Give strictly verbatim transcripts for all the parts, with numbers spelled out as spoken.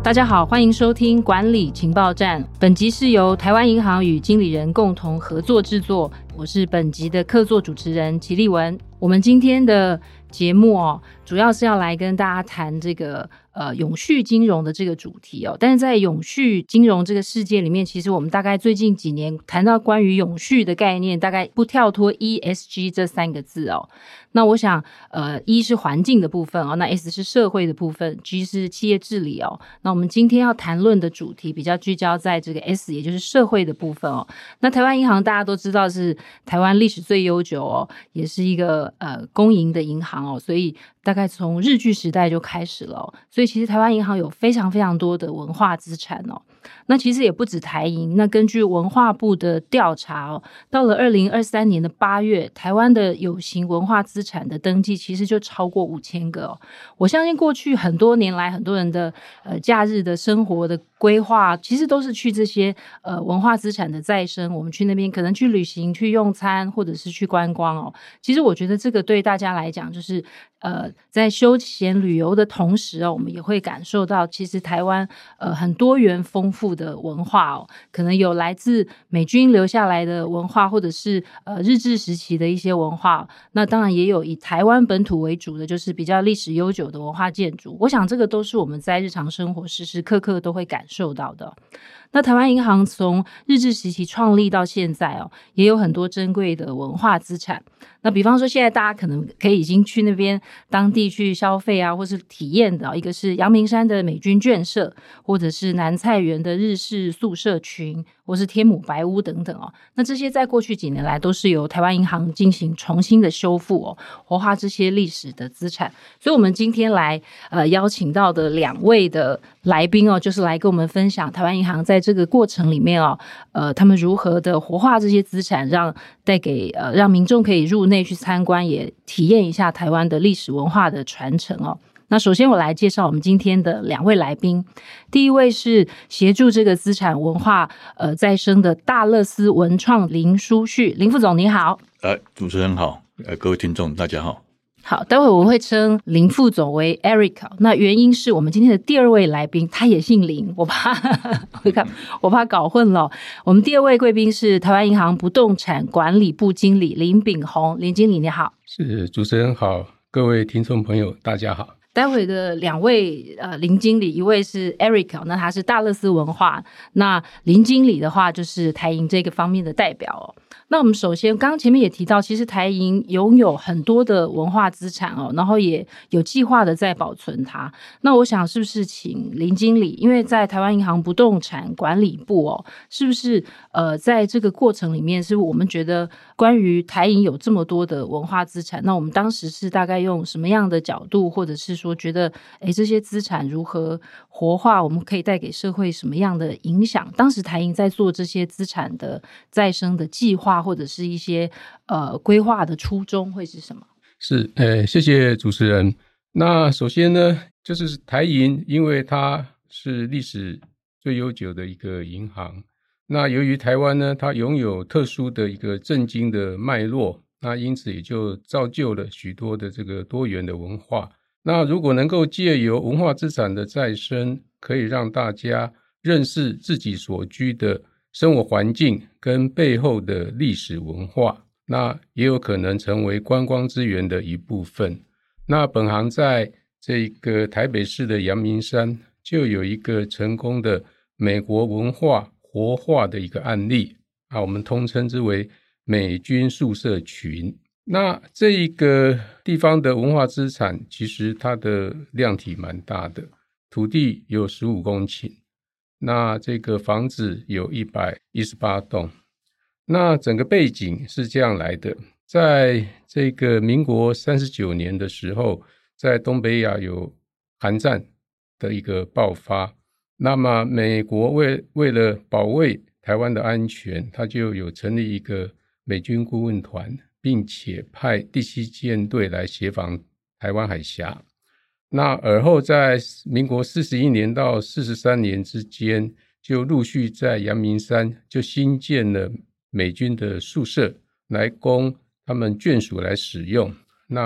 大家好，欢迎收听管理情报站。本集是由台湾银行与经理人共同合作制作，我是本集的客座主持人齐丽文。我们今天的节目哦，主要是要来跟大家谈这个呃永续金融的这个主题哦。但是在永续金融这个世界里面，其实我们大概最近几年谈到关于永续的概念，大概不跳脱 E S G 这三个字哦。那我想呃 E 是环境的部分哦，那 S 是社会的部分， G 是企业治理哦。那我们今天要谈论的主题比较聚焦在这个 S， 也就是社会的部分哦。那台湾银行大家都知道是台湾历史最悠久哦，也是一个呃公营的银行哦，所以大概从日据时代就开始了哦。所以其实台湾银行有非常非常多的文化资产哦。那其实也不止台银，那根据文化部的调查哦，到了二零二三年的八月，台湾的有形文化资产的登记其实就超过五千个哦。我相信过去很多年来，很多人的呃假日的生活的规划，其实都是去这些呃文化资产的再生。我们去那边可能去旅行、去用餐，或者是去观光哦。其实我觉得这个对大家来讲，就是呃在休闲旅游的同时哦，我们也会感受到，其实台湾呃很多元丰富的文化哦，可能有来自美军留下来的文化，或者是呃日治时期的一些文化。那当然也有以台湾本土为主的，就是比较历史悠久的文化建筑。我想这个都是我们在日常生活时时刻刻都会感受到的。那台湾银行从日治时期创立到现在哦，也有很多珍贵的文化资产。那比方说现在大家可能可以已经去那边当地去消费啊，或是体验的，一个是阳明山的美军眷舍，或者是南菜园的日式宿舍群，或是天母白屋等等哦。那这些在过去几年来都是由台湾银行进行重新的修复哦，活化这些历史的资产。所以我们今天来呃邀请到的两位的来宾哦，就是来跟我们分享台湾银行在这个过程里面哦，呃，他们如何的活化这些资产，让带给呃让民众可以入内去参观，也体验一下台湾的历史文化的传承哦。那首先我来介绍我们今天的两位来宾。第一位是协助这个资产文化呃再生的大乐思文创林书旭，林副总你好。 呃，主持人好，呃，各位听众大家好。 好，待会我会称林副总为 Eric， 那原因是我们今天的第二位来宾他也姓林，我怕我看我怕搞混了。我们第二位贵宾是台湾银行不动产管理部经理林炳宏，林经理你好。 是，主持人好，各位听众朋友大家好。 待会的两位呃林经理，一位是 Eric， 那他是大乐思文化，那林经理的话就是台银这个方面的代表哦。那我们首先刚刚前面也提到，其实台银拥有很多的文化资产哦，然后也有计划的在保存它。那我想是不是请林经理，因为在台湾银行不动产管理部哦，是不是呃在这个过程里面，是我们觉得关于台银有这么多的文化资产，那我们当时是大概用什么样的角度，或者是说觉得诶这些资产如何活化，我们可以带给社会什么样的影响？当时台银在做这些资产的再生的计划，或者是一些呃规划的初衷会是什么？ 是，呃，谢谢主持人。那首先呢，就是台银，因为它是历史最悠久的一个银行。那由于台湾呢，它拥有特殊的一个政经的脉络，那因此也就造就了许多的这个多元的文化。那如果能够借由文化资产的再生，可以让大家认识自己所居的生活环境跟背后的历史文化，那也有可能成为观光资源的一部分。那本行在这个台北市的阳明山就有一个成功的美国文化活化的一个案例啊，我们通称之为美军宿舍群。那这一个地方的文化资产其实它的量体蛮大的，土地有十五公顷，那这个房子有一百一十八栋。那整个背景是这样来的，在这个民国三十九年的时候，在东北亚有韩战的一个爆发，那么美国为为了保卫台湾的安全，他就有成立一个美军顾问团，并且派第七舰队来协防台湾海峡。那而后在民国四十一年到四十三年之间，就陆续在阳明山就新建了美军的宿舍，来供他们眷属来使用。那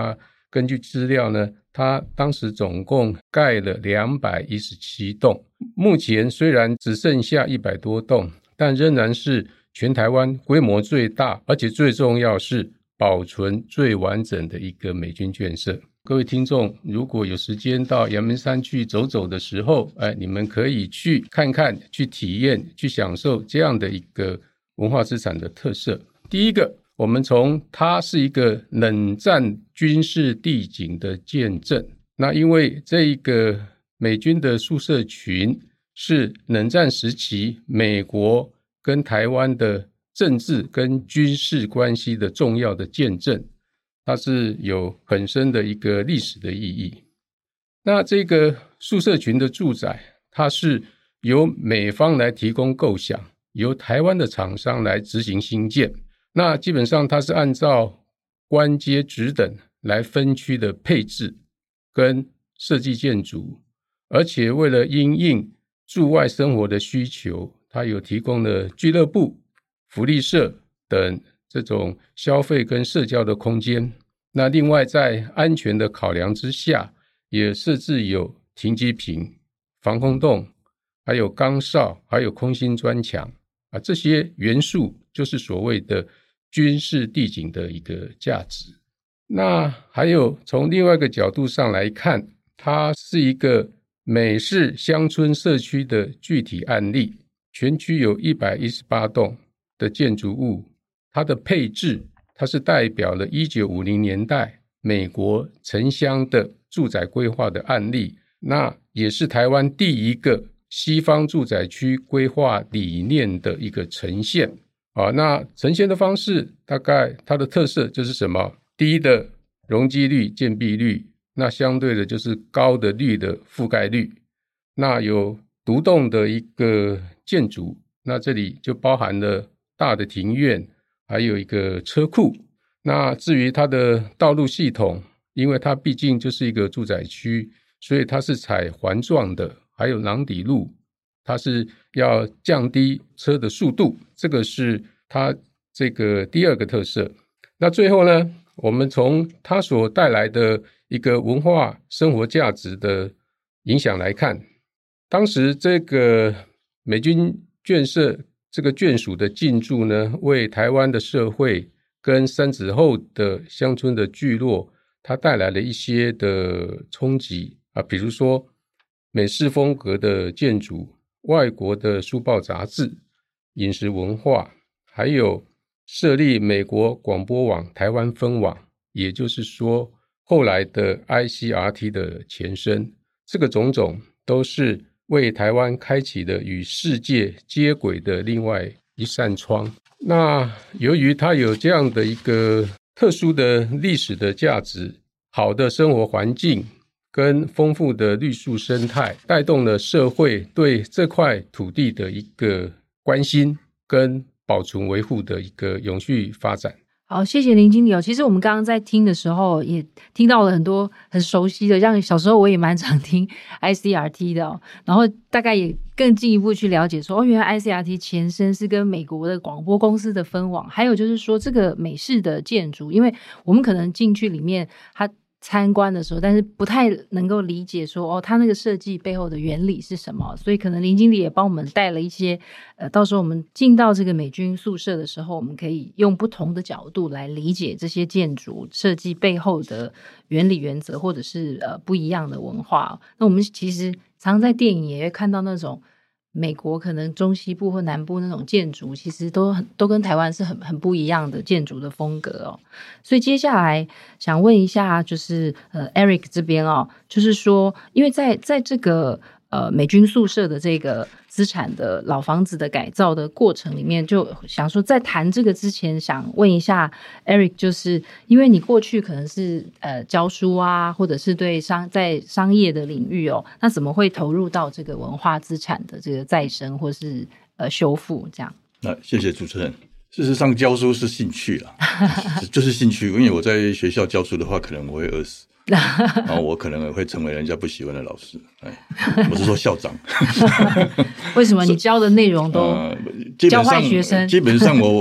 根据资料呢，它当时总共盖了两百一十七栋，目前虽然只剩下一百多栋，但仍然是全台湾规模最大，而且最重要是保存最完整的一个美军眷舍。各位听众，如果有时间到阳明山去走走的时候，哎，你们可以去看看，去体验，去享受这样的一个文化资产的特色。第一个，我们从它是一个冷战军事地景的见证。那因为这一个美军的宿舍群是冷战时期美国跟台湾的政治跟军事关系的重要的见证，它是有很深的一个历史的意义。那这个宿舍群的住宅，它是由美方来提供构想，由台湾的厂商来执行兴建。那基本上它是按照官阶职等来分区的配置跟设计建筑，而且为了因应驻外生活的需求，它有提供了俱乐部、福利社等这种消费跟社交的空间。那另外在安全的考量之下，也设置有停机坪、防空洞，还有岗哨，还有空心砖墙啊，这些元素就是所谓的军事地景的一个价值。那还有从另外一个角度上来看，它是一个美式乡村社区的具体案例。全区有一百一十八栋的建筑物，它的配置，它是代表了一九五零年代美国城乡的住宅规划的案例，那也是台湾第一个西方住宅区规划理念的一个呈现。啊，那呈现的方式大概它的特色就是什么？低的容积率、建蔽率，那相对的就是高的率的覆盖率。那有独栋的一个建筑，那这里就包含了大的庭院，还有一个车库。那至于它的道路系统，因为它毕竟就是一个住宅区，所以它是采环状的，还有廊底路，它是要降低车的速度，这个是它这个第二个特色。那最后呢，我们从它所带来的一个文化生活价值的影响来看，当时这个美军眷舍这个眷属的进驻呢，为台湾的社会跟三子后的乡村的聚落，它带来了一些的冲击啊，比如说美式风格的建筑、外国的书报杂志、饮食文化，还有设立美国广播网台湾分网，也就是说后来的 I C R T 的前身，这个种种都是为台湾开启了与世界接轨的另外一扇窗。那由于它有这样的一个特殊的历史的价值，好的生活环境跟丰富的绿树生态，带动了社会对这块土地的一个关心跟保存维护的一个永续发展。 好，谢谢林经理哦。其实我们刚刚在听的时候，也听到了很多很熟悉的，像小时候我也蛮常听 I C R T 的哦，然后大概也更进一步去了解说，哦，原来 I C R T 前身是跟美国的广播公司的分网，还有就是说这个美式的建筑，因为我们可能进去里面它参观的时候，但是不太能够理解说哦，它那个设计背后的原理是什么，所以可能林经理也帮我们带了一些呃，到时候我们进到这个美军宿舍的时候，我们可以用不同的角度来理解这些建筑设计背后的原理原则，或者是呃不一样的文化。那我们其实常在电影也会看到那种美国可能中西部或南部那种建筑，其实都很都跟台湾是很很不一样的建筑的风格哦。所以接下来想问一下，就是呃 Eric 这边哦，就是说，因为在在这个呃美军宿舍的这个资产的老房子的改造的过程里面，就想说在谈这个之前，想问一下 Eric， 就是因为你过去可能是呃教书啊，或者是对商在商业的领域哦，那怎么会投入到这个文化资产的这个再生或是呃修复这样？ 那谢谢主持人。事实上，教书是兴趣啦，就是兴趣。因为我在学校教书的话，可能我会饿死。然后我可能会成为人家不喜欢的老师，哎，我是说校长。 为什么你教的内容都教坏学生？ 呃、基本上，基本上我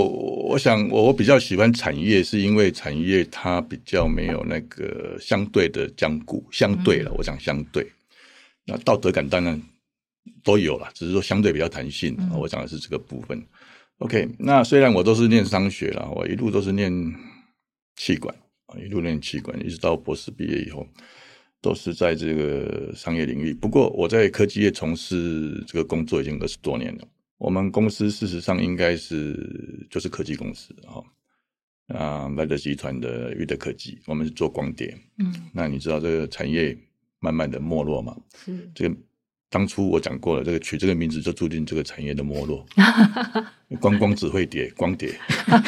我想我我比较喜欢产业，是因为产业它比较没有那个相对的僵固，相对了，我讲相对。那道德感当然都有啦，只是说相对比较弹性，嗯、我讲的是这个部分。OK， 那虽然我都是念商学啦，我一路都是念企管，一路念企管，一直到博士毕业以后，都是在这个商业领域。不过我在科技业从事这个工作已经二十多年了。我们公司事实上应该是就是科技公司哈，啊，莱德集团的裕德科技，我们是做光碟。嗯，那你知道这个产业慢慢的没落嘛？是这个当初我讲过了，这个取这个名字就注定这个产业的没落。光光只会碟，光碟。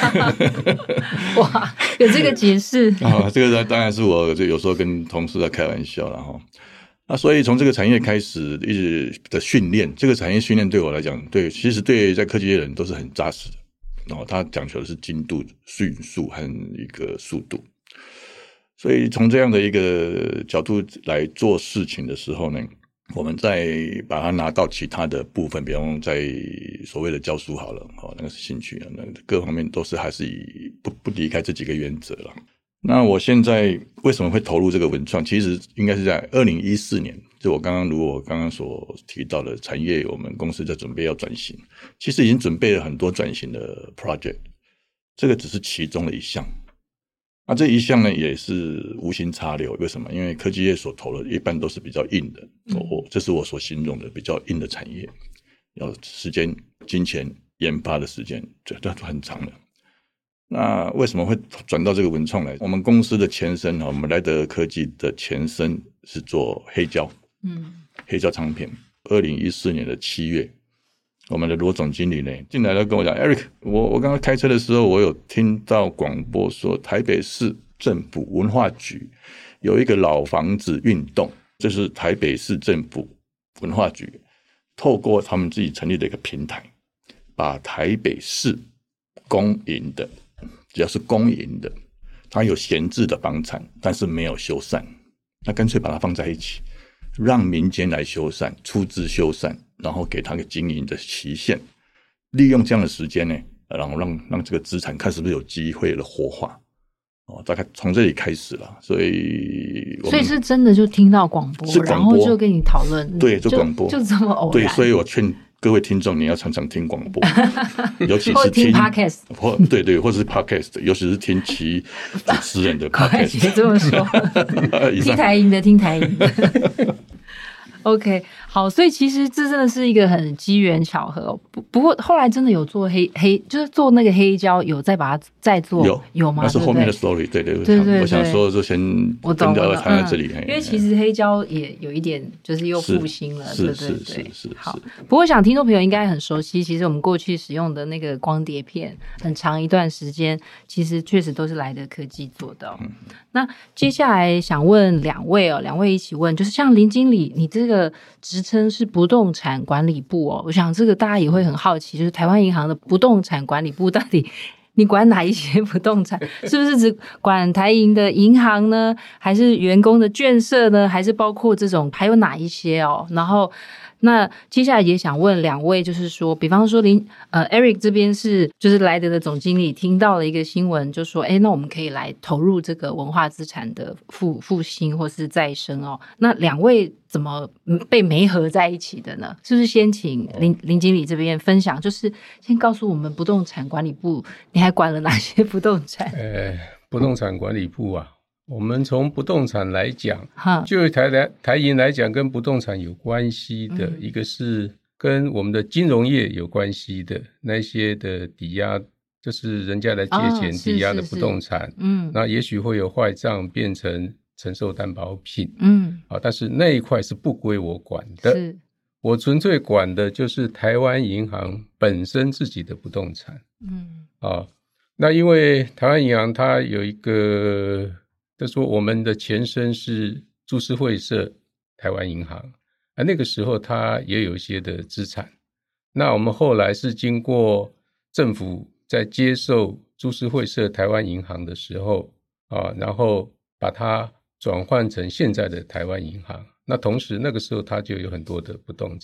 哇，有这个解释啊？这个当然是我就有时候跟同事在开玩笑了哈。那所以从这个产业开始一直的训练，这个产业训练对我来讲，对其实对在科技业的人都是很扎实的。然后他讲求的是精度、迅速和一个速度。所以从这样的一个角度来做事情的时候呢，我们再把它拿到其他的部分，比方在所谓的教书好了，哦，那个是兴趣啊，那各方面都是还是以不不离开这几个原则了。那我现在为什么会投入这个文创？其实应该是在二零一四年，就我刚刚如我刚刚所提到的产业，我们公司在准备要转型，其实已经准备了很多转型的 project， 这个只是其中的一项。那这一项呢，也是无心插柳。为什么？因为科技业所投的一般都是比较硬的，我、嗯、这是我所形容的比较硬的产业，要时间、金钱、研发的时间，这都很长的。那为什么会转到这个文创来？我们公司的前身，我们莱德科技的前身是做黑胶，嗯，黑胶唱片。二零一四年的七月，我们的罗总经理呢进来了，跟我讲 ，Eric， 我我刚刚开车的时候，我有听到广播说，台北市政府文化局有一个老房子运动，这是台北市政府文化局透过他们自己成立的一个平台，把台北市公营的。只要是公营的，它有闲置的房产，但是没有修缮，那干脆把它放在一起，让民间来修缮，出资修缮，然后给它个经营的期限，利用这样的时间呢，然后让让这个资产看是不是有机会的活化。哦，大概从这里开始了，所以所以是真的就听到广播， 是广播然后就跟你讨论， 对，就广播， 就这么偶然。 对，所以我劝各位听众，你要常常听广播，尤其是听 podcast， 或对对，或是 podcast， 尤其是听其主持人的 podcast。 别这么说，听台音的，听台音的。OK， 好，所以其实这真的是一个很机缘巧合、哦。不不过后来真的有做黑黑，就是做那个黑胶，有再把它再做， 有有吗？ 那是后面的 story， 对对对对对。 我想说就先我懂了，谈到这里、 嗯，因为其实黑胶也有一点就是又复兴了， 是对对对。 是是是。 好，不过我想听众朋友应该很熟悉，其实我们过去使用的那个光碟片，很长一段时间，其实确实都是莱德科技做的、哦嗯。那接下来想问两位哦，两位一起问，就是像林经理，你这个职称是不动产管理部哦，我想这个大家也会很好奇，就是台湾银行的不动产管理部到底你管哪一些不动产？是不是只管台银的银行呢？还是员工的眷舍呢？还是包括这种还有哪一些哦？然后那接下来也想问两位，就是说，比方说林呃 Eric 这边是就是莱德的总经理，听到了一个新闻，就说，哎，那我们可以来投入这个文化资产的复复兴或是再生哦。那两位怎么被媒合在一起的呢？是不是先请林林经理这边分享？就是先告诉我们不动产管理部，你还管了哪些不动产？ 呃，不动产管理部啊。我们从不动产来讲，就台台台银来讲，跟不动产有关系的、嗯、一个是跟我们的金融业有关系的那些的抵押，就是人家来借钱抵押的不动产，哦、是是是嗯，那也许会有坏账变成承受担保品，嗯，好，但是那一块是不归我管的，是我纯粹管的就是台湾银行本身自己的不动产，嗯，啊，那因为台湾银行它有一个。就是说我们的前身是株式会社台湾银行，而那个时候它也有一些的资产。那我们后来是经过政府在接受株式会社台湾银行的时候啊，然后把它转换成现在的台湾银行。那同时那个时候它就有很多的不动产，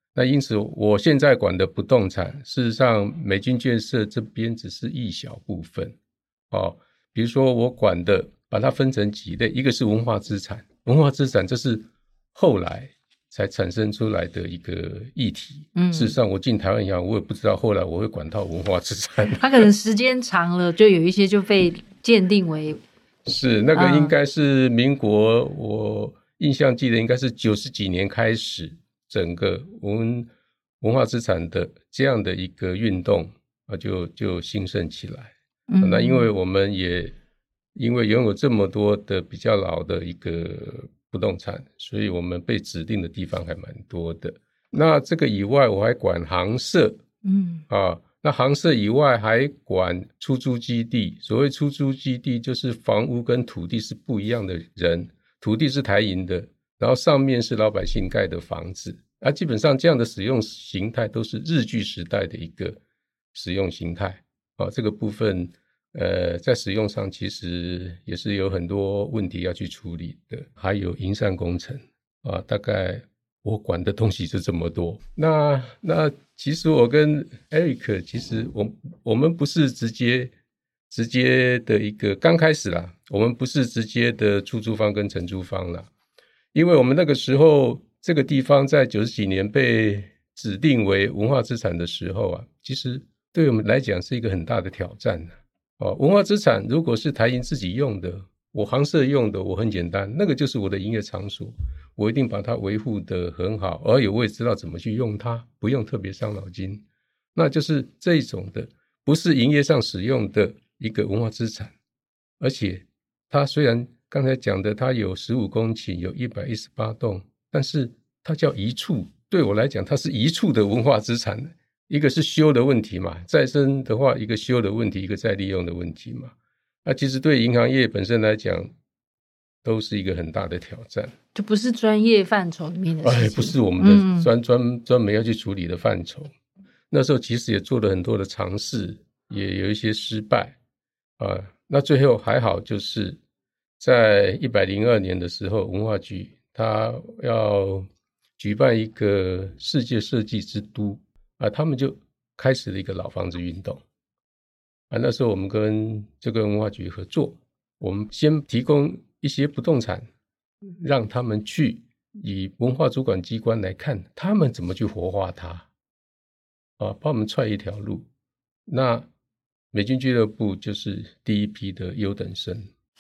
那因此我现在管的不动产，事实上美军建设这边只是一小部分哦。比如说我管的把它分成几类，一个是文化资产，文化资产这是后来才产生出来的一个议题。嗯，事实上我进台湾银行，我也不知道后来我会管到文化资产。 它可能时间长了，就有一些就被鉴定为是那个应该是民国，嗯、我印象记得应该是九十几年开始，整个文文化资产的这样的一个运动啊，就就兴盛起来。嗯，那因为我们也因为拥有这么多的比较老的一个不动产，所以我们被指定的地方还蛮多的。那这个以外，我还管航社，嗯啊，那航社以外还管出租基地。所谓出租基地，就是房屋跟土地是不一样的人，土地是台银的，然后上面是老百姓盖的房子。啊，基本上这样的使用形态都是日据时代的一个使用形态啊。这个部分，呃，在使用上其实也是有很多问题要去处理的。还有营缮工程啊，大概我管的东西就这么多。那那其实我跟 Eric 其实我我们不是直接直接的一个刚开始啦，我们不是直接的出租方跟承租方啦，因为我们那个时候这个地方在九十几年被指定为文化资产的时候啊，其实对我们来讲是一个很大的挑战哦。文化资产如果是台银自己用的，我航社用的，我很简单，那个就是我的营业场所，我一定把它维护得很好，而且我也知道怎么去用它，不用特别伤脑筋。那就是这一种的，不是营业上使用的一个文化资产，而且它虽然刚才讲的它有十五公顷，有一百一十八栋，但是它叫一处，对我来讲它是一处的文化资产，一个是修的问题嘛，再生的话一个修的问题，一个再利用的问题嘛。那其实对银行业本身来讲都是一个很大的挑战， 就不是专业范畴里面的事情， 哎，不是我们的专、嗯、专专门要去处理的范畴。那时候其实也做了很多的尝试，也有一些失败啊。那最后还好，就是在一百零二年的时候，文化局他要举办一个世界设计之都啊，他们就开始了一个老房子运动啊。那时候我们跟这个文化局合作，我们先提供一些不动产，让他们去以文化主管机关来看他们怎么去活化它啊，帮我们踹一条路。那美军俱乐部就是第一批的优等生。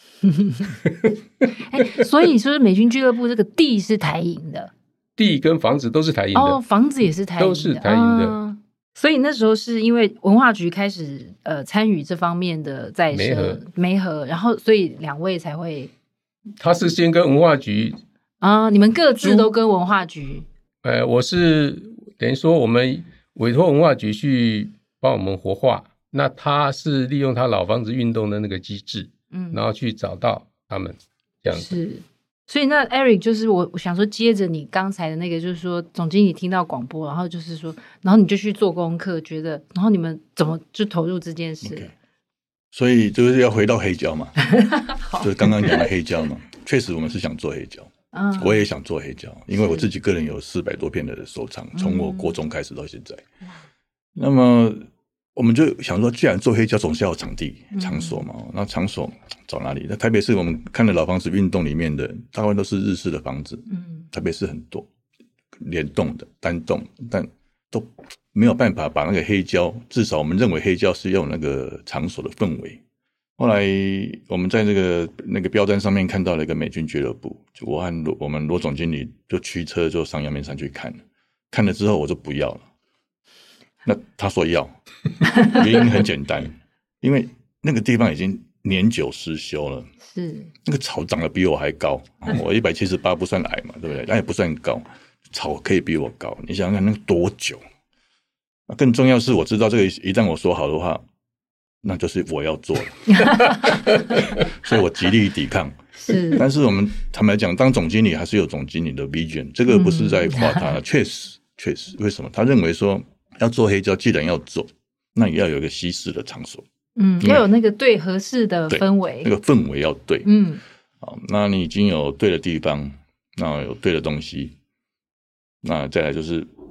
欸、所以说美军俱乐部这个地是台银的， 地跟房子都是台银的， 哦，房子也是台银的， 都是台银的、啊。 所以那时候是因为文化局开始呃参与这方面的再生媒合，然后所以两位才会， 他是先跟文化局啊，你们各自都跟文化局， 呃，我是等于说我们委托文化局去帮我们活化，那他是利用他老房子运动的那个机制，嗯，然后去找到他们这样子。 是，所以那 Eric 就是我我想说接着你刚才的那个，就是说总经理听到广播，然后就是说，然后你就去做功课，觉得然后你们怎么就投入这件事、okay. 所以就是要回到黑胶嘛就是刚刚讲的黑胶嘛确实我们是想做黑胶、嗯、我也想做黑胶，因为我自己个人有四百多片的收藏，从我国中开始到现在、嗯、那么我们就想说既然做黑胶总是要有场地场所嘛、嗯、那场所找哪里？那台北市我们看的老房子运动里面的大部分都是日式的房子，嗯，台北市很多联动的单栋，但都没有办法把那个黑胶，至少我们认为黑胶是用那个场所的氛围。后来我们在这个那个标单上面看到了一个美军俱乐部，就我和罗我们罗总经理就驱车就上阳明山去看，看了之后我就不要了。那他说要，原因很简单，因为那个地方已经年久失修了，是那个草长得比我还高，我一百七十八不算矮嘛，对不对？但也不算高，草可以比我高，你想想看那多久？更重要是我知道这个一旦我说好的话，那就是我要做了，所以我极力抵抗。是，但是我们坦白讲，当总经理还是有总经理的 vision， 这个不是在夸他，确、嗯、实确实，为什么？他认为说要做黑胶，既然要做，那也要有一个西式的场所。 嗯，要有那个对合适的氛围， 那个氛围要对。嗯，好，那你已经有对的地方，那有对的东西，那再来就是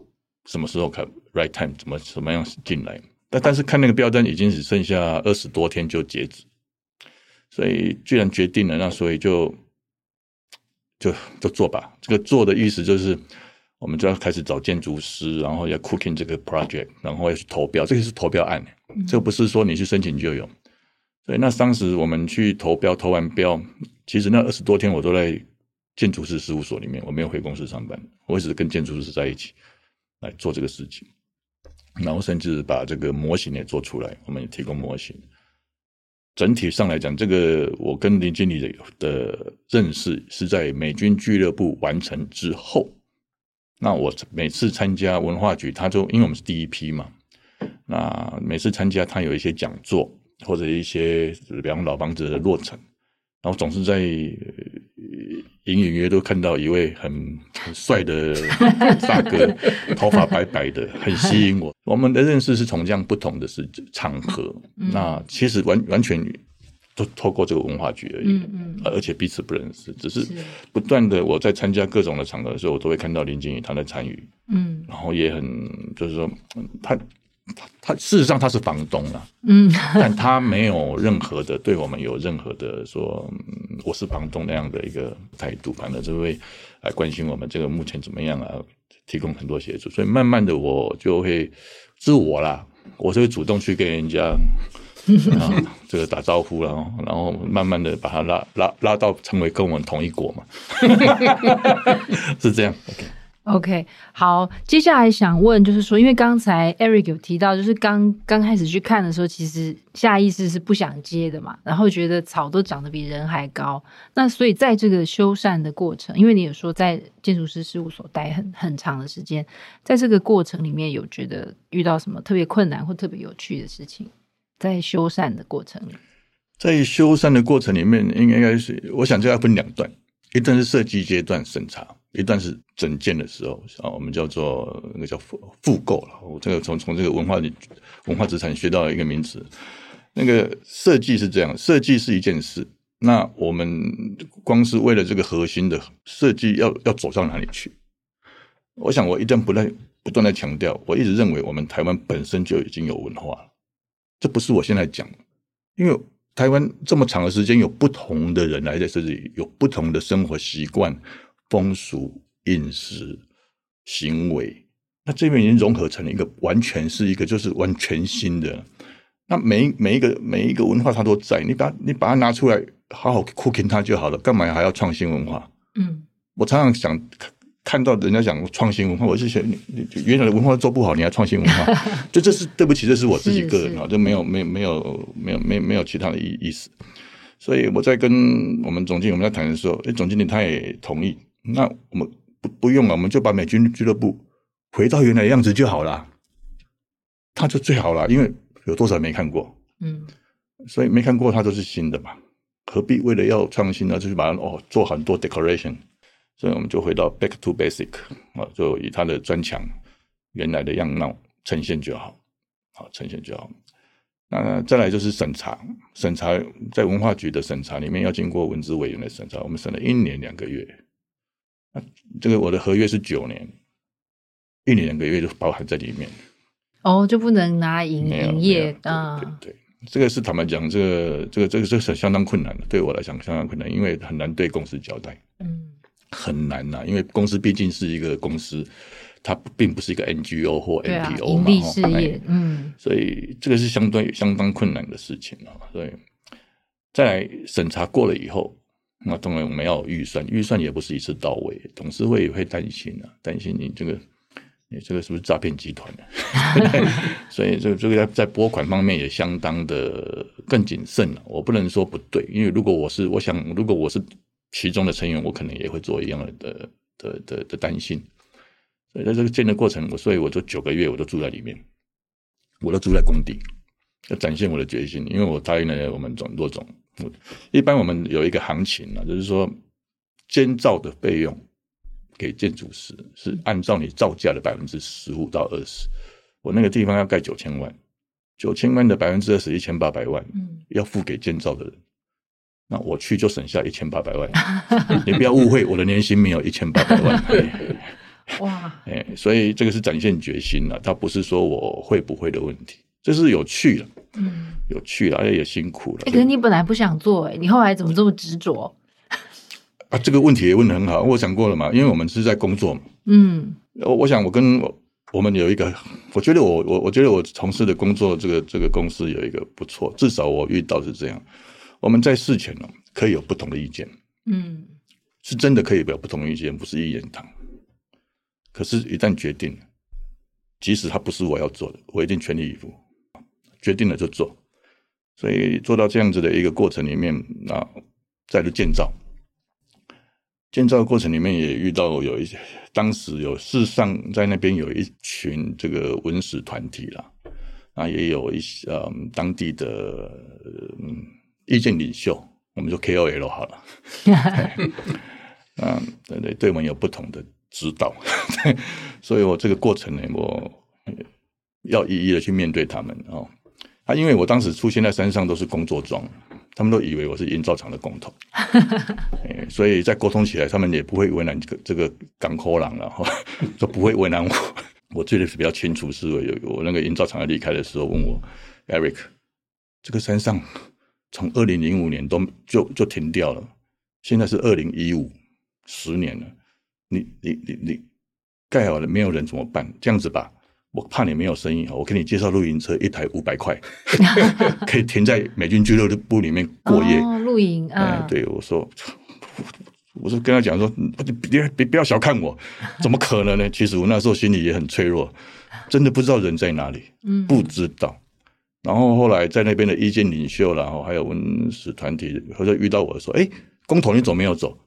什么时候看 right time 怎么怎么样进来。但但是看那个标单已经只剩下二十多天就截止，所以居然决定了，那所以就就就做吧。这个做的意思就是，我们就要开始找建筑师，然后要 cooking 这个 project， 然后要去投标，这个是投标案，嗯、这个不是说你去申请就有。所以那当时我们去投标，投完标，其实那二十多天我都在建筑师事务所里面，我没有回公司上班，我一直跟建筑师在一起来做这个事情。然后甚至把这个模型也做出来，我们也提供模型。整体上来讲，这个我跟林经理 的, 的认识是在美军俱乐部完成之后。那我每次参加文化局，他就因为我们是第一批嘛，那每次参加他有一些讲座或者一些比方老房子的落成，然后总是在隐隐约都看到一位很很帅的大哥，头发白白的，很吸引我。我们的认识是从这样不同的是场合，嗯、那其实完完全都透过这个文化局而已，嗯嗯、而且彼此不认识，只是不断的我在参加各种的场合的时候，我都会看到林经理他的参与，嗯，然后也很就是说他。他, 他事实上他是房东啦，嗯，但他没有任何的对我们有任何的说、嗯、我是房东那样的一个态度，反正就会来关心我们这个目前怎么样啊，提供很多协助，所以慢慢的我就会自我啦，我就会主动去跟人家啊这个打招呼啦，然后慢慢的把他拉拉拉到成为跟我们同一国嘛，是这样。OK。 OK， 好，接下来想问就是说，因为刚才 Eric 有提到，就是刚刚开始去看的时候，其实下意识是不想接的嘛，然后觉得草都长得比人还高。那所以在这个修缮的过程，因为你有说在建筑师事务所待很很长的时间，在这个过程里面有觉得遇到什么特别困难或特别有趣的事情？在修缮的过程里， 在修缮的过程里面，应该是我想这要分两段，一段是设计阶段审查。一段是整建的时候，啊，我们叫做那个叫复购了。我这个从从这个文化文化资产学到一个名词，那个设计是这样，设计是一件事。那我们光是为了这个核心的设计要要走到哪里去？我想我一旦不断不断的强调，我一直认为我们台湾本身就已经有文化了，这不是我现在讲的，因为台湾这么长的时间，有不同的人来在这里，有不同的生活习惯。风俗、饮食、行为，那这边已经融合成了一个完全是一个就是完全新的。那每每一个每一个文化它都在，你把你把它拿出来，好好 cooking 它就好了，干嘛还要创新文化？嗯，我常常想看到人家讲创新文化，我是想你你原来的文化做不好，你还创新文化，就这是对不起，这是我自己个人啊，就没有没有没有没有没有没有其他的意意思。所以我在跟我们总经理我们在谈的时候，诶，总经理他也同意。那我们 不, 不用了，我们就把美军俱乐部回到原来的样子就好了，它就最好了，因为有多少人没看过，嗯，所以没看过它都是新的嘛，何必为了要创新呢？就是把它哦做很多 decoration， 所以我们就回到 back to basic， 啊，就以它的砖墙原来的样貌呈现就好，好呈现就好。那再来就是审查，审查在文化局的审查里面要经过文资委员的审查，我们审了一年两个月。这个我的合约是九年，一年两个月就包含在里面。 哦，就不能拿营营业啊？对 对, 对，这个是坦白讲，这个这个这个这是相当困难的，对我来讲相当困难，因为很难对公司交代，嗯，很难呐、啊，因为公司毕竟是一个公司，它并不是一个 N G O 或 N P O 嘛， 盈利事业，嗯， 所以这个是相对相当困难的事情啊。所以再来审查过了以后。那当然我们要有预算，预算也不是一次到位，董事会也会担心啊，担心你这个你这个是不是诈骗集团、啊、所以这个这个在拨款方面也相当的更谨慎了。我不能说不对，因为如果我是我想如果我是其中的成员，我可能也会做一样的的的的担心。所以在这个建的过程，我所以我就九个月我都住在里面，我都住在工地，要展现我的决心，因为我答应了我们总骆总。一般我们有一个行情啊，就是说监造的费用给建筑师是按照你造价的百分之十五到二十。我那个地方要盖九千万，九千万的百分之二十，一千八百万，嗯，要付给建造的人。那我去就省下一千八百万。你不要误会，我的年薪没有一千八百万。 哇， 哎，所以这个是展现决心了，它不是说我会不会的问题，这是有趣了，嗯，有趣了，而且也辛苦了。 欸、可是你本来不想做、欸，你后来怎么这么执着？ 啊，这个问题也问得很好，我想过了嘛，因为我们是在工作嘛，嗯，我我想我跟我我们有一个，我觉得我我我觉得我从事的工作这个这个公司有一个不错，至少我遇到是这样，我们在事前呢可以有不同的意见，嗯，是真的可以有不同的意见，不是一言堂。可是，一旦决定了，即使它不是我要做的，我一定全力以赴，决定了就做。所以做到这样子的一个过程里面，那再来建造。建造的过程里面也遇到有一些，当时有事实上在那边有一群这个文史团体啦，啊，也有一些呃当地的嗯意见领袖，我们就 K O L 好了，啊，对对，对我们有不同的指导，所以我这个过程呢，我要一一的去面对他们哦。啊，因为我当时出现在山上都是工作装，他们都以为我是营造厂的工头，欸、所以在沟通起来，他们也不会为难这个这个港口郎了，都不会为难我。我记得比较清楚是有我那个营造厂要离开的时候，问我 Eric， 这个山上从二零零五年都就就停掉了，现在是二零一五，十年了，你你你你盖好了没有人怎么办？这样子吧。我怕你没有生意，我给你介绍露营车，一台五百块，可以停在美军俱乐部里面过夜。 哦，露营啊、 嗯！对，我说，我是跟他讲说，别别不要小看我，怎么可能呢？其实我那时候心里也很脆弱，真的不知道人在哪里，嗯，不知道。然后后来在那边的意见领袖，然后还有文史团体，或者遇到我说，哎，公投你走没有走？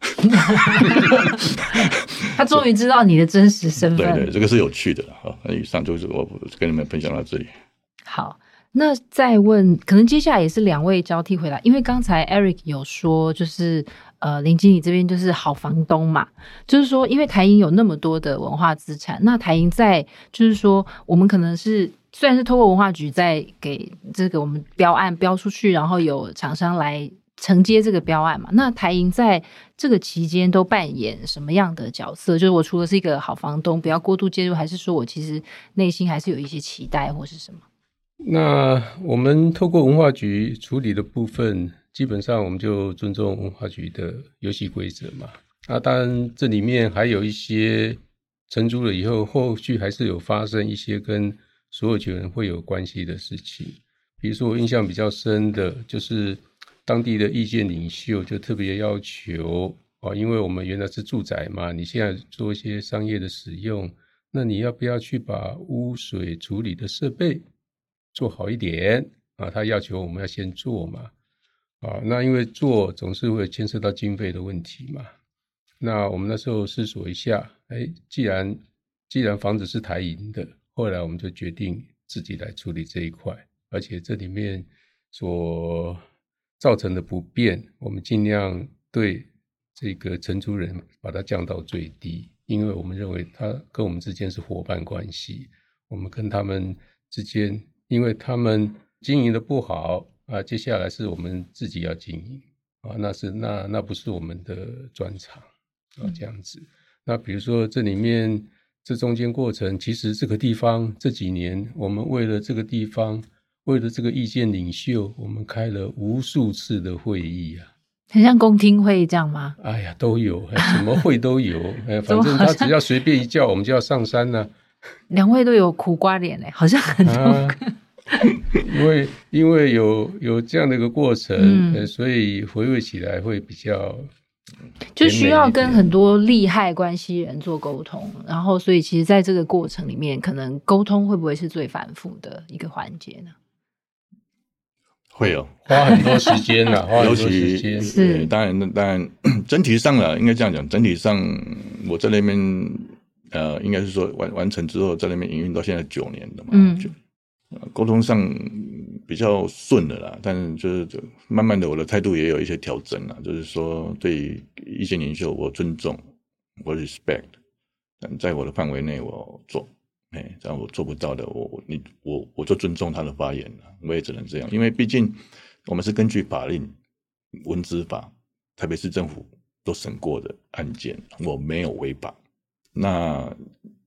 他终于知道你的真实身份。 对对，这个是有趣的哈。那以上就是我跟你们分享到这里。 好，那再问，可能接下来也是两位交替回答，因为刚才 Eric 有说，就是呃林经理这边就是好房东嘛，就是说，因为台银有那么多的文化资产，那台银在就是说，我们可能是虽然是透过文化局在给这个我们标案标出去，然后有厂商来承接这个标案嘛，那台银在这个期间都扮演什么样的角色？就是我除了是一个好房东，不要过度介入，还是说我其实内心还是有一些期待或是什么？ 那我们透过文化局处理的部分，基本上我们就尊重文化局的游戏规则嘛。那当然这里面还有一些承租了以后，后续还是有发生一些跟所有权人会有关系的事情。比如说我印象比较深的就是当地的意见领袖就特别要求啊，因为我们原来是住宅嘛，你现在做一些商业的使用，那你要不要去把污水处理的设备做好一点啊？他要求我们要先做嘛，啊，那因为做总是会牵涉到经费的问题嘛。那我们那时候思索一下，哎，既然既然房子是台银的，后来我们就决定自己来处理这一块，而且这里面所造成的不便，我们尽量对这个承租人把它降到最低，因为我们认为他跟我们之间是伙伴关系，我们跟他们之间，因为他们经营的不好啊，接下来是我们自己要经营啊，那是那那不是我们的专长啊，这样子。那比如说这里面这中间过程，其实这个地方这几年我们为了这个地方，为了这个意见领袖，我们开了无数次的会议啊， 很像公听会这样吗？ 哎呀，都有，什么会都有，哎，反正他只要随便一叫，我们就要上山了。 两位都有苦瓜脸嘞，好像很多、啊。 因为因为有有这样的一个过程、嗯呃，所以回味起来会比较。 就需要跟很多利害关系人做沟通，然后所以其实在这个过程里面，可能沟通会不会是最反复的一个环节呢？ 会有花很多时间啦，花很多时间是当然当然整体上啦，应该这样讲，整体上我在那边呃，应该是说完完成之后，在那边营运到现在九年了嘛，嗯，就沟通上比较顺了啦，但是就是就慢慢的我的态度也有一些调整啦，就是说对意见领袖我尊重，我 respect， 但在我的范围内我做，哎，这样我做不到的，我你我我就尊重他的发言了，我也只能这样，因为毕竟我们是根据法令、文资法、台北市政府都审过的案件，我没有违法。那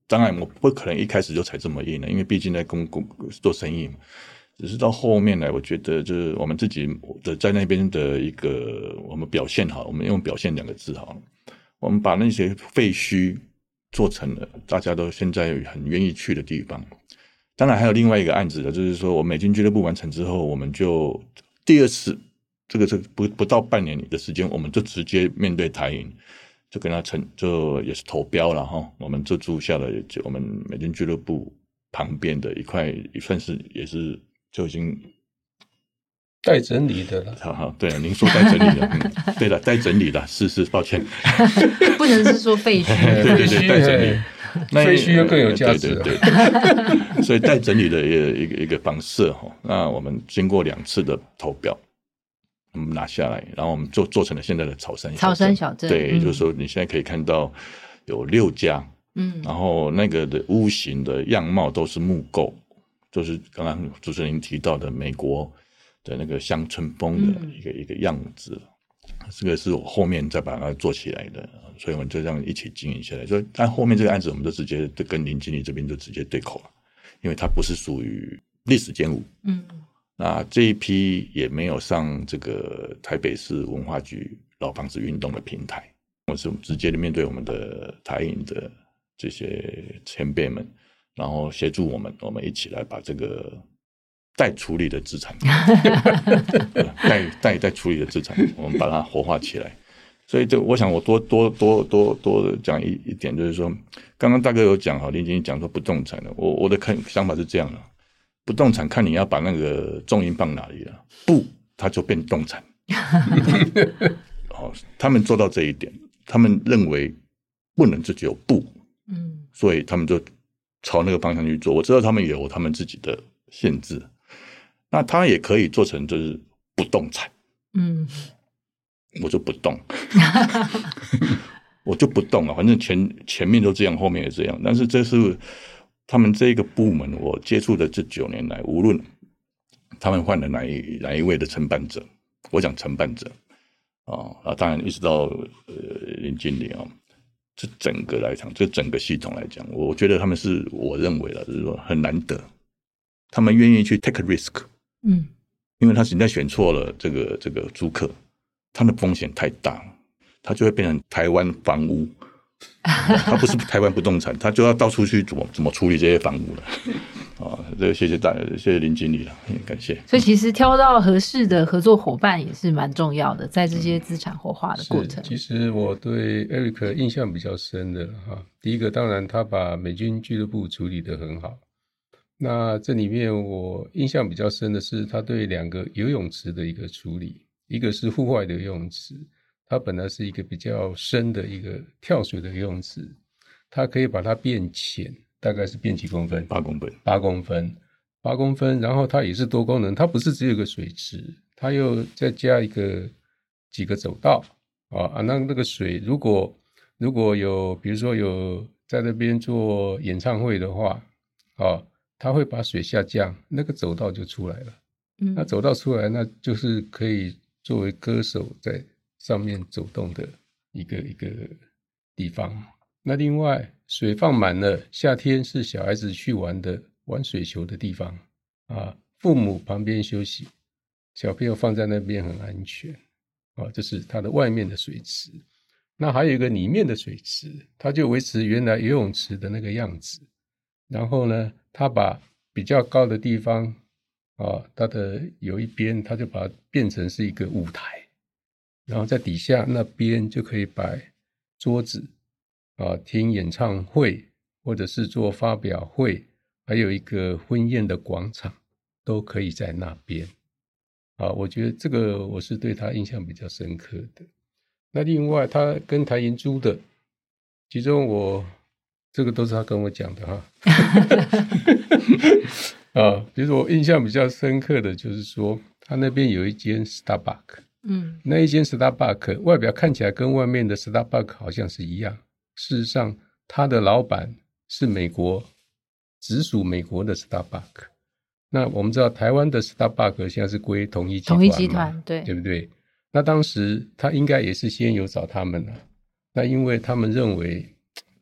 当然我不可能一开始就踩这么硬了，因为毕竟在公公做生意嘛。只是到后面来，我觉得就是我们自己的在那边的一个我们表现好，我们用表现两个字好了，我们把那些废墟做成了大家都现在很愿意去的地方。当然还有另外一个案子的，就是说我美军俱乐部完成之后，我们就第二次这个是不不到半年的时间，我们就直接面对台银，就跟他成就也是投标了哈，我们就租下了就我们美军俱乐部旁边的一块，也算是也是。就已经待整理的了， 好好，对，您说待整理的，嗯、对了，待整理的，是是，抱歉， 不能是说废墟， 对对对，待整理， 废墟又更有价值， 对对对，所以待整理的一个一个一个房舍哈，那我们经过两次的投标，我们拿下来，然后我们做做成了现在的草山草山小镇， 对，嗯、就是说你现在可以看到有六家，嗯，然后那个的屋型的样貌都是木构。就是刚刚主持人提到的美国的那个乡村风的一个、嗯、一个样子，这个是我后面再把它做起来的，所以我们就这样一起经营下来。所以但后面这个案子我们就直接跟林经理这边就直接对口了，因为它不是属于历史建物，嗯，那这一批也没有上这个台北市文化局老房子运动的平台，我是直接的面对我们的台银的这些前辈们。然后协助我们，我们一起来把这个待处理的资产，待待待处理的资产，我们把它活化起来。所以这我想我多多多多多讲一一点，就是说，刚刚大哥有讲哈，林经理讲说不动产的，我我的看想法是这样的，不动产看你要把那个重音放哪里了，不，它就变动产。哦，他们做到这一点，他们认为不能就只有不，嗯，所以他们就。朝那个方向去做，我知道他们有他们自己的限制，那他也可以做成就是不动产，嗯，我就不动，我就不动了，反正前前面都这样，后面也这样。但是这是他们这个部门，我接触的这九年来，无论他们换了哪一哪一位的承办者，我讲承办者啊，啊，当然一直到呃林经理啊。这整个来讲，这整个系统来讲，我觉得他们是我认为了，就是说很难得，他们愿意去 take a risk， 嗯，因为他实在选错了这个这个租客，他的风险太大，他就会变成台湾房屋，他不是台湾不动产，他就要到处去怎么怎么处理这些房屋了。啊，这个谢谢大家，谢谢林经理了，感谢。 所以其实挑到合适的合作伙伴也是蛮重要的，在这些资产活化的过程。 其实我对 Eric 印象比较深的哈，第一个当然他把美军俱乐部处理得很好。那这里面我印象比较深的是他对两个游泳池的一个处理，一个是户外的游泳池，它本来是一个比较深的一个跳水的游泳池，它可以把它变浅。大概是变几公分？ 八公分， 八公分，八公分。然后它也是多功能，它不是只有一个水池，它又再加一个几个走道啊。那那个水如果如果有，比如说有在那边做演唱会的话，啊，它会把水下降，那个走道就出来了。嗯，那走道出来，那就是可以作为歌手在上面走动的一个一个地方。那另外水放满了，夏天是小孩子去玩的玩水球的地方啊，父母旁边休息，小朋友放在那边很安全啊，这是它的外面的水池。那还有一个里面的水池，它就维持原来游泳池的那个样子，然后呢它把比较高的地方啊，它的有一边它就把它变成是一个舞台，然后在底下那边就可以摆桌子啊，听演唱会或者是做发表会，还有一个婚宴的广场都可以在那边啊。我觉得这个我是对他印象比较深刻的。那另外他跟台银租的，其中我这个都是他跟我讲的哈啊，比如说我印象比较深刻的就是说他那边有一间 Starbucks， 嗯，那一间 Starbucks 外表看起来跟外面的 Starbucks 好像是一样，事实上他的老板是美国直属美国的 Starbucks。 那我们知道台湾的 Starbucks 现在是归统一集团嘛， 统一集团，对对不对？那当时他应该也是先有找他们了，那因为他们认为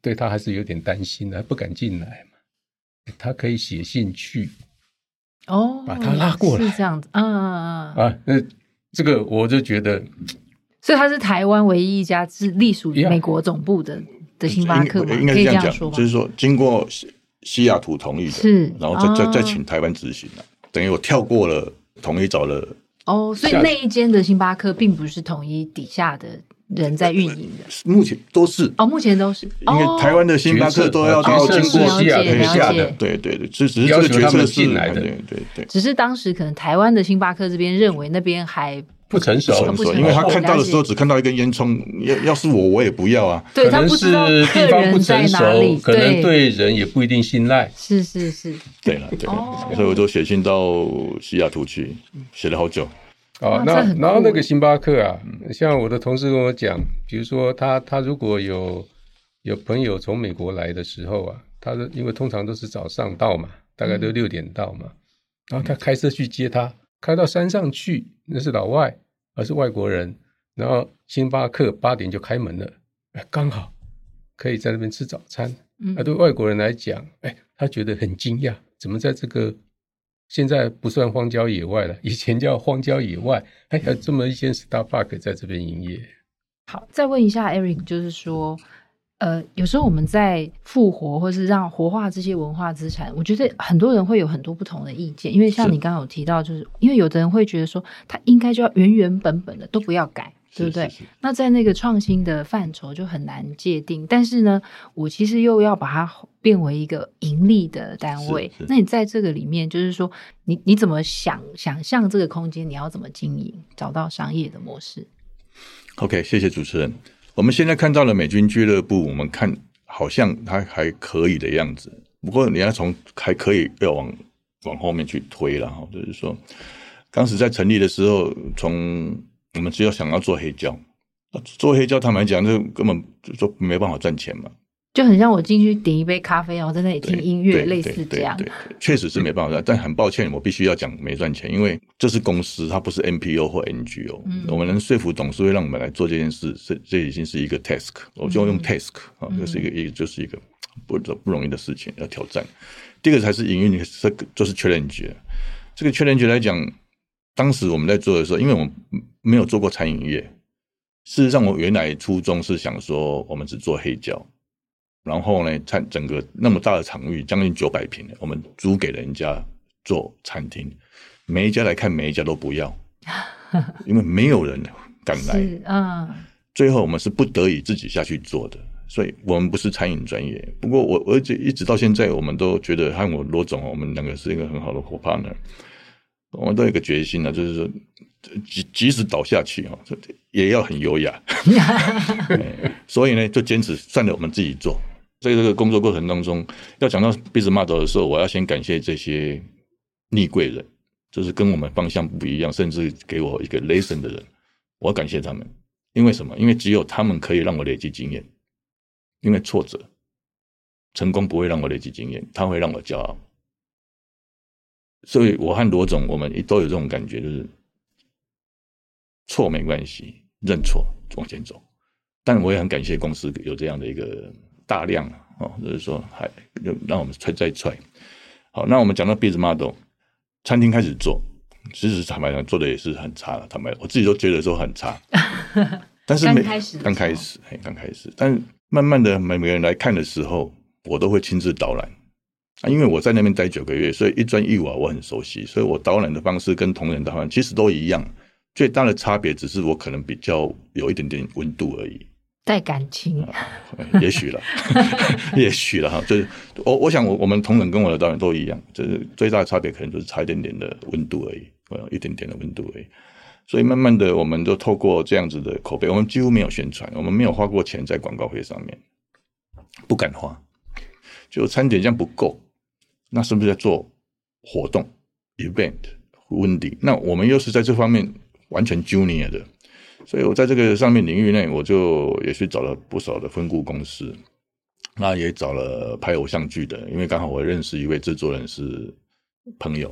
对他还是有点担心的，不敢进来嘛。他可以写信去， 哦， 把他拉过来， 是这样子，嗯嗯嗯啊，那这个我就觉得， 所以他是台湾唯一一家是隶属于美国总部的、yeah. 的星巴克吗？ 应该是这样讲， 说就是说经过西雅图同意的， 是， 然后再、哦、再再请台湾执行了，等于我跳过了统一找了。 哦，所以那一间的星巴克并不是统一底下的人在运营的， 目前都是哦，目前都是， 因为台湾的星巴克都要到经过西雅图下的，对对对，只是这个决策是来的， 对对对。 只是当时可能台湾的星巴克这边认为那边还不成熟， 不成熟，因为他看到的时候只看到一根烟囱，要要是我我也不要啊。 对，他不知道地方不成熟，可能对人也不一定信赖。 是是是， 对了对了、哦，所以我就写信到西雅图去，写了好久。 哦，那然后那个星巴克啊，像我的同事跟我讲，比如说他他如果有有朋友从美国来的时候啊，他的因为通常都是早上到嘛，大概都六点到嘛，然后他开车去接他，开到山上去，那是老外，而是外国人，然后星巴克八点就开门了，刚好可以在那边吃早餐。那、嗯、对外国人来讲，哎，他觉得很惊讶，怎么在这个现在不算荒郊野外了，以前叫荒郊野外，还有这么一间 Starbucks 在这边营业。 好，再问一下 Eric， 就是说，呃，有时候我们在复活或是让活化这些文化资产，我觉得很多人会有很多不同的意见，因为像你刚刚有提到，就是因为有的人会觉得说，他应该就要原原本本的都不要改。对不对？ 是是是， 那在那个创新的范畴就很难界定，但是呢，我其实又要把它变为一个盈利的单位。 是是， 那你在这个里面，就是说，你你怎么想想象这个空间，你要怎么经营，找到商业的模式 ？OK， 谢谢主持人。我们现在看到了美军俱乐部，我们看好像它还可以的样子，不过你要从还可以要往往后面去推了哈，就是说，当时在成立的时候，从我们只有想要做黑胶，做黑胶坦白讲，这根本就没办法赚钱嘛， 就很像我进去点一杯咖啡，然后在那里听音乐，类似这样。 对，确实是没办法赚，但很抱歉，我必须要讲没赚钱，因为这是公司，它不是 N P O 或 N G O、嗯。我们能说服董事会让我们来做这件事，这这已经是一个 task， 我就用 task 啊、嗯，这是一个一个就是一个不不容易的事情，要挑战。第二个才是营运，这个就是 challenge。这个 challenge 来讲。当时我们在做的时候，因为我们没有做过餐饮业，事实上我原来初衷是想说我们只做黑胶，然后呢餐整个那么大的场域将近九百平，我们租给人家做餐厅，每一家来看每一家都不要，因为没有人敢来、 嗯、 最后我们是不得已自己下去做的，所以我们不是餐饮专业。不过我而且一直到现在我们都觉得和我罗总我们两个是一个很好的伙伴 partner，我们都有一个决心呢、啊，就是说，即即使倒下去哈，也要很优雅。所以呢，就坚持算了，我们自己做。在这个工作过程当中，要讲到 business model 的时候，我要先感谢这些逆贵人，就是跟我们方向不一样，甚至给我一个 lesson 的人，我要感谢他们。因为什么？因为只有他们可以让我累积经验。因为挫折，成功不会让我累积经验，它会让我骄傲。所以我和罗总我们都有这种感觉，就是错没关系，认错往前走。但我也很感谢公司有这样的一个大量、哦、就是说还让我们再再踹。好，那我们讲到 business model， 餐厅开始做，其实坦白讲做的也是很差了，坦白我自己都觉得说很差。但是刚开始刚开始刚开始，但慢慢的每个人来看的时候，我都会亲自导览。啊、因为我在那边待九个月，所以一砖一瓦我很熟悉，所以我导览的方式跟同仁导览其实都一样，最大的差别只是我可能比较有一点点温度而已， 带感情， 啊、也许了，也许了哈，就是我我想我我们同仁跟我的导览都一样，就是最大的差别可能就是差一点点的温度而已，一点点的温度而已。所以慢慢的，我们就透过这样子的口碑，我们几乎没有宣传，我们没有花过钱在广告费上面，不敢花，就餐点这样不够。那是不是在做活动 event 温迪？那我们又是在这方面完全 junior 的，所以我在这个上面领域内，我就也去找了不少的分雇公司，那也找了拍偶像剧的，因为刚好我认识一位制作人是朋友，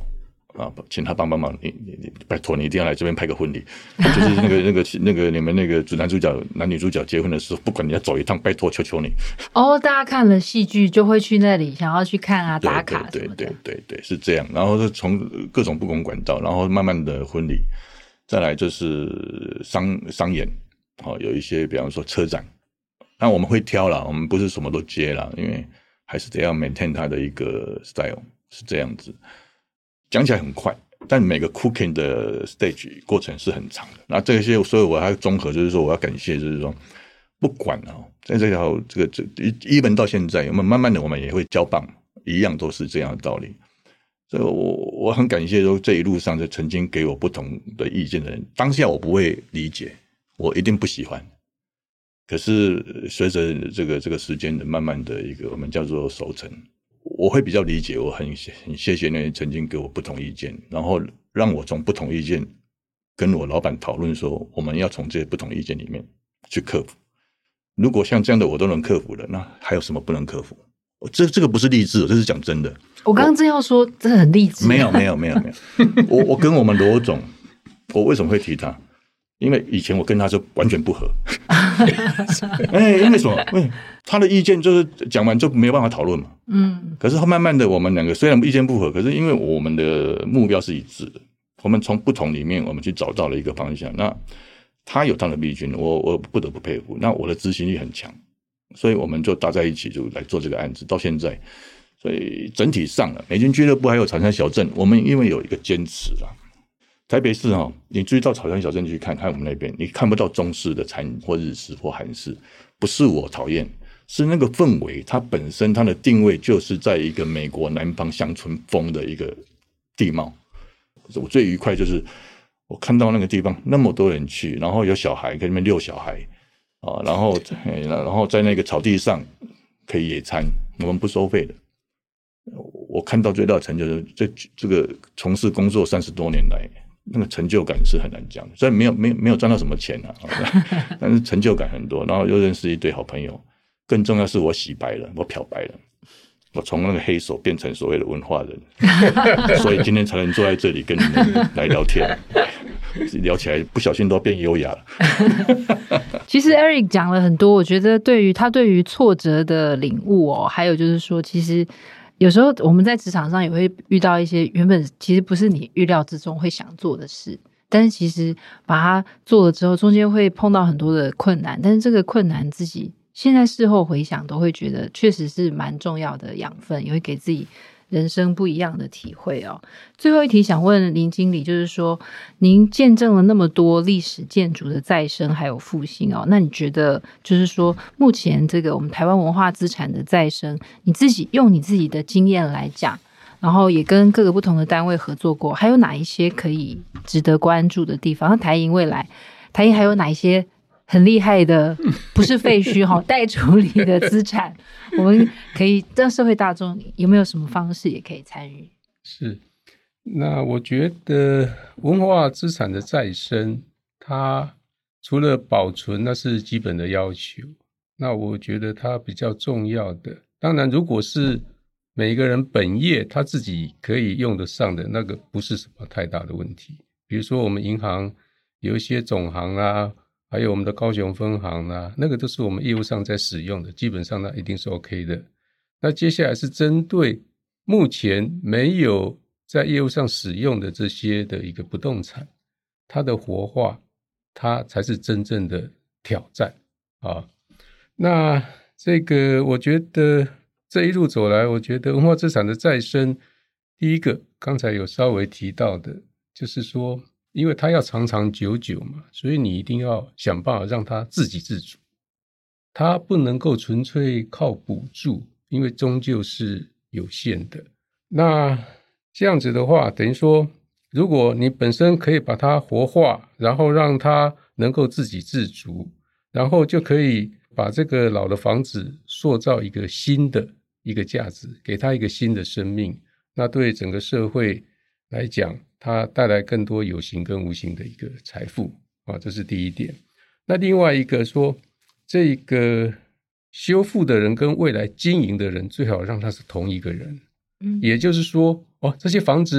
啊，请他帮帮忙，你你你拜托你一定要来这边拍个婚礼，就是那个那个那个你们那个主男主角男女主角结婚的时候，不管你要走一趟，拜托求求你。 哦，大家看了戏剧就会去那里想要去看啊，打卡什么的。 对对对对对，是这样。然后是从各种不同管道，然后慢慢的婚礼，再来就是商商演，好、哦、有一些比方说车展，那我们会挑啦，我们不是什么都接啦，因为还是得要 maintain 它的一个 style 是这样子。讲起来很快，但每个 cooking 的 stage 过程是很长的。那这些，所以我还综合，就是说我要感谢，就是说不管啊，在这条这个这一本到现在，我们慢慢的我们也会交棒，一样都是这样的道理。所以我我很感谢说这一路上就曾经给我不同的意见的人，当下我不会理解，我一定不喜欢。可是随着这个这个时间的慢慢的一个我们叫做熟成。我会比较理解，我很很谢谢那些曾经给我不同意见，然后让我从不同意见跟我老板讨论说，我们要从这些不同意见里面去克服。如果像这样的我都能克服了，那还有什么不能克服？这这个不是励志，这是讲真的。 我刚刚正要说，这很励志。 没有没有没有没有，我我跟我们罗总，我为什么会提他？因为以前我跟他就完全不合。哎，因为什么？因为他的意见就是讲完就没有办法讨论嘛。嗯。可是慢慢的，我们两个虽然意见不合，可是因为我们的目标是一致的，我们从不同里面我们去找到了一个方向。那他有他的秘诀，我我不得不佩服。那我的执行力很强，所以我们就搭在一起就来做这个案子，到现在。所以整体上了，美军俱乐部还有草山小镇，我们因为有一个坚持啦。台北市哈，你注意到草山小镇去看看我们那边，你看不到中式的餐饮或日式或韩式，不是我讨厌，是那个氛围，它本身它的定位就是在一个美国南方乡村风的一个地貌。我最愉快就是我看到那个地方那么多人去，然后有小孩在那边遛小孩啊，然后然后在那个草地上可以野餐，我们不收费的。我看到最大的成就是这这个从事工作三十多年来。那个成就感是很难讲的，虽然没有没有没有赚到什么钱啊，但是成就感很多，然后又认识一堆好朋友，更重要是我洗白了，我漂白了，我从那个黑手变成所谓的文化人，所以今天才能坐在这里跟你们来聊天，聊起来不小心都变优雅了。 其实 Eric 讲了很多，我觉得对于他对于挫折的领悟哦，还有就是说，其实。有时候我们在职场上也会遇到一些原本其实不是你预料之中会想做的事，但是其实把它做了之后，中间会碰到很多的困难，但是这个困难自己现在事后回想都会觉得确实是蛮重要的养分，也会给自己人生不一样的体会哦。最后一题想问林经理，就是说您见证了那么多历史建筑的再生还有复兴哦，那你觉得就是说目前这个我们台湾文化资产的再生，你自己用你自己的经验来讲，然后也跟各个不同的单位合作过，还有哪一些可以值得关注的地方？台银未来台银还有哪一些很厉害的不是废墟哈待处理的资产，我们可以让社会大众有没有什么方式也可以参与？ 是，那我觉得文化资产的再生，它除了保存那是基本的要求，那我觉得它比较重要的，当然如果是每一个人本业他自己可以用得上的，那个不是什么太大的问题。比如说我们银行有一些总行啊，还有我们的高雄分行啊，那个都是我们业务上在使用的，基本上那一定是 OK 的。那接下来是针对目前没有在业务上使用的这些的一个不动产，它的活化，它才是真正的挑战啊。那这个我觉得这一路走来，我觉得文化资产的再生，第一个刚才有稍微提到的，就是说因为它要长长久久嘛，所以你一定要想办法让它自给自足，它不能够纯粹靠补助，因为终究是有限的。那这样子的话，等于说如果你本身可以把它活化，然后让它能够自给自足，然后就可以把这个老的房子塑造一个新的一个价值，给它一个新的生命，那对整个社会来讲，它带来更多有形跟无形的一个财富啊，这是第一点。那另外一个说，这个修复的人跟未来经营的人最好让他是同一个人，嗯，也就是说哦，这些房子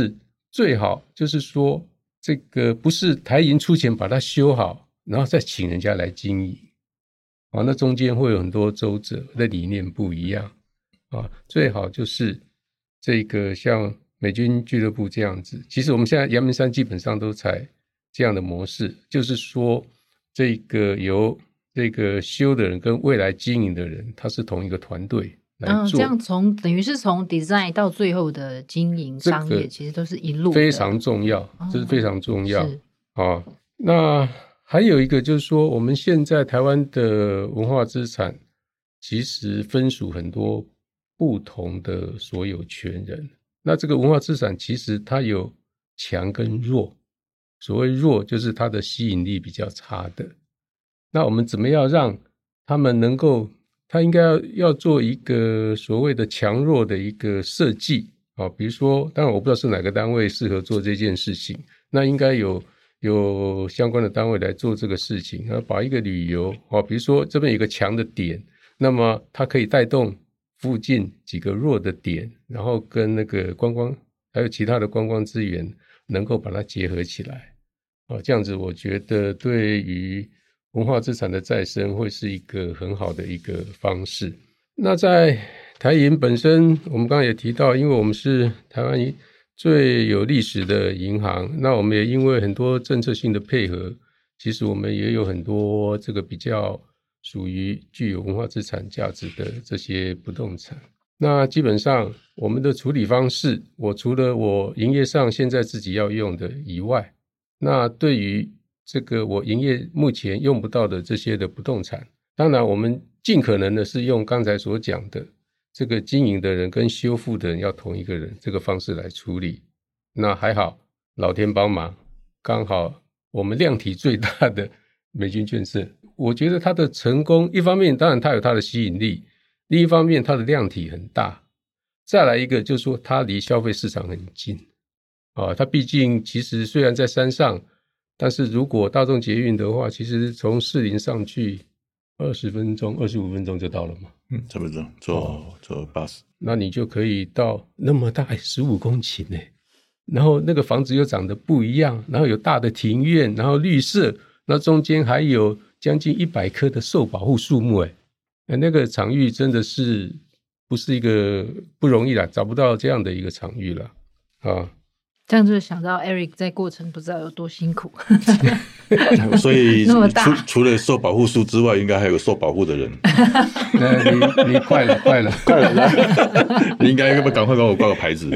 最好就是说这个不是台银出钱把它修好，然后再请人家来经营啊，那中间会有很多周折，的理念不一样啊。最好就是这个像美军俱乐部这样子，其实我们现在阳明山基本上都采这样的模式，就是说这个由这个修的人跟未来经营的人，他是同一个团队来做， 嗯，这样从等于是从 design 到最后的经营商业，其实都是一路的， 非常重要，这是非常重要。 是啊，那还有一个就是说，我们现在台湾的文化资产其实分属很多不同的所有权人。那这个文化资产其实它有强跟弱，所谓弱就是它的吸引力比较差的。那我们怎么样让他们能够，他应该要要做一个所谓的强弱的一个设计啊，比如说，当然我不知道是哪个单位适合做这件事情，那应该有有相关的单位来做这个事情，然后把一个旅游啊，比如说这边有一个强的点，那么它可以带动附近几个弱的点，然后跟那个观光还有其他的观光资源能够把它结合起来啊，这样子我觉得对于文化资产的再生会是一个很好的一个方式。那在台银本身，我们刚刚也提到，因为我们是台湾最有历史的银行，那我们也因为很多政策性的配合，其实我们也有很多这个比较属于具有文化资产价值的这些不动产。那基本上我们的处理方式，我除了我营业上现在自己要用的以外，那对于这个我营业目前用不到的这些的不动产，当然我们尽可能的是用刚才所讲的这个经营的人跟修复的人要同一个人这个方式来处理。那还好老天帮忙，刚好我们量体最大的美军眷舍，我觉得它的成功，一方面当然它有它的吸引力，另一方面它的量体很大，再来一个就是说它离消费市场很近啊，它毕竟其实虽然在山上，但是如果大众捷运的话，其实从士林上去二十分钟、二十五分钟就到了嘛。 嗯，差不多坐、哦、坐巴士， 那你就可以到那么大，十五公顷呢。然后那个房子又长得不一样，然后有大的庭院，然后绿色，那中间还有将近一百棵的受保护树木，哎，那个场域真的是不是一个不容易啦，找不到这样的一个场域了啊。 这样就想到 Eric 在过程不知道有多辛苦所以除除了受保护树之外，应该还有受保护的人。 你你快了快了快了，你应该要不赶快帮我挂个牌子。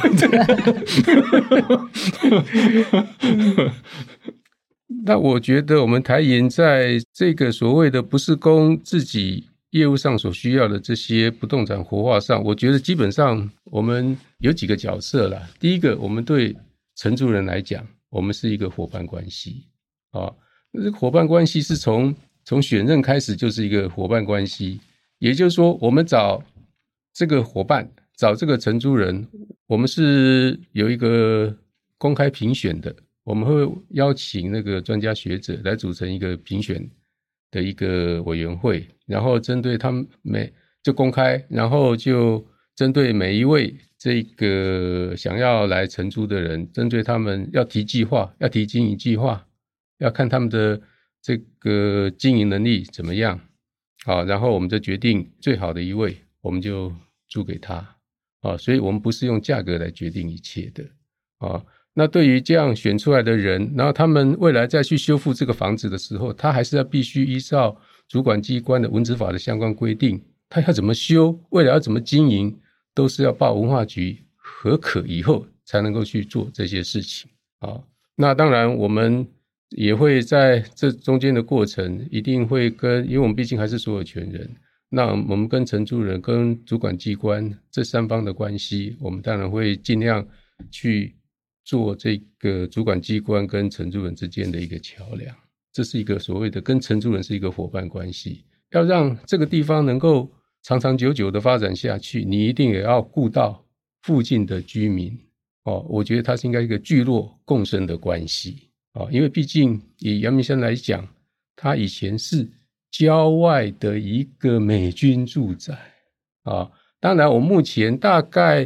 那我觉得我们台银在这个所谓的不是供自己业务上所需要的这些不动产活化上，我觉得基本上我们有几个角色啦。第一个，我们对承租人来讲，我们是一个伙伴关系啊。这个伙伴关系是从从选任开始就是一个伙伴关系，也就是说，我们找这个伙伴，找这个承租人，我们是有一个公开评选的，我们会邀请那个专家学者来组成一个评选的一个委员会，然后针对他们每就公开，然后就针对每一位这个想要来承租的人，针对他们要提计划，要提经营计划，要看他们的这个经营能力怎么样，好，然后我们就决定最好的一位，我们就租给他啊，所以我们不是用价格来决定一切的啊。那对于这样选出来的人，然后他们未来再去修复这个房子的时候，他还是要必须依照主管机关的文资法的相关规定，他要怎么修，未来要怎么经营，都是要报文化局核可以后才能够去做这些事情啊。那当然我们也会在这中间的过程一定会跟，因为我们毕竟还是所有权人，那我们跟承租人跟主管机关这三方的关系，我们当然会尽量去做这个主管机关跟承租人之间的一个桥梁，这是一个所谓的跟承租人是一个伙伴关系，要让这个地方能够长长久久的发展下去，你一定也要顾到附近的居民哦。我觉得它是应该一个聚落共生的关系哦，因为毕竟以阳明山来讲，它以前是郊外的一个美军住宅啊。当然我目前大概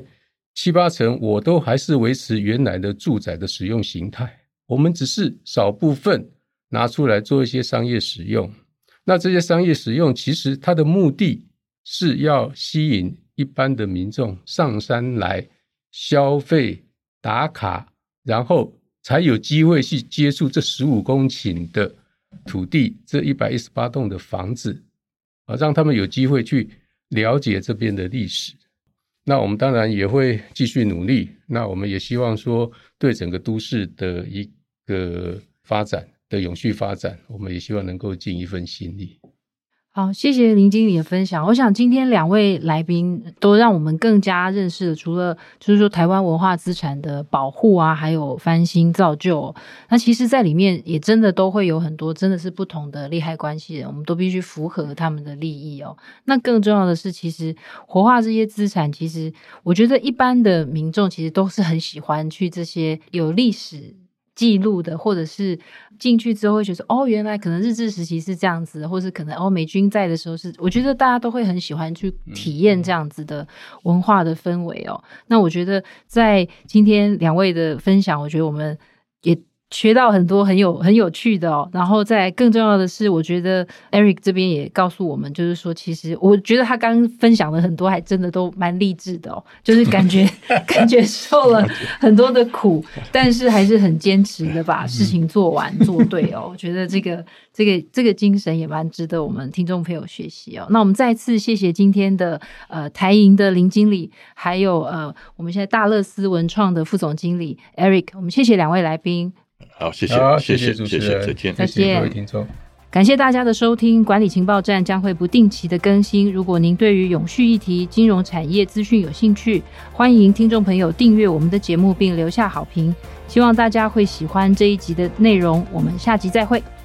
七八成我都还是维持原来的住宅的使用形态，我们只是少部分拿出来做一些商业使用。那这些商业使用其实它的目的是要吸引一般的民众上山来消费打卡，然后才有机会去接触这十五公顷的土地，这一百一十八栋的房子，让他们有机会去了解这边的历史。那我们当然也会继续努力，那我们也希望说对整个都市的一个发展的永续发展，我们也希望能够尽一份心力。 好，谢谢林经理的分享。我想今天两位来宾都让我们更加认识了，除了就是说台湾文化资产的保护啊，还有翻新造就、哦、那其实在里面也真的都会有很多真的是不同的利害关系人，我们都必须符合他们的利益哦。那更重要的是，其实活化这些资产，其实我觉得一般的民众其实都是很喜欢去这些有历史记录的，或者是进去之后会觉得哦，原来可能日治时期是这样子，或是可能哦美军在的时候是，我觉得大家都会很喜欢去体验这样子的文化的氛围哦。那我觉得在今天两位的分享，我觉得我们也学到很多很有很有趣的哦，然后再更重要的是，我觉得 Eric 这边也告诉我们，就是说，其实我觉得他刚刚分享的很多，还真的都蛮励志的哦，就是感觉感觉受了很多的苦，但是还是很坚持的把事情做完做对哦。我觉得这个这个这个精神也蛮值得我们听众朋友学习哦。那我们再次谢谢今天的呃台银的林经理，还有呃我们现在大乐思文创的副总经理 Eric， 我们谢谢两位来宾。 好，谢谢， 谢谢主持人， 再见， 再见， 各位听众。 感谢大家的收听，管理情报站将会不定期的更新。如果您对于永续议题、金融产业资讯有兴趣，欢迎听众朋友订阅我们的节目并留下好评。希望大家会喜欢这一集的内容，我们下集再会。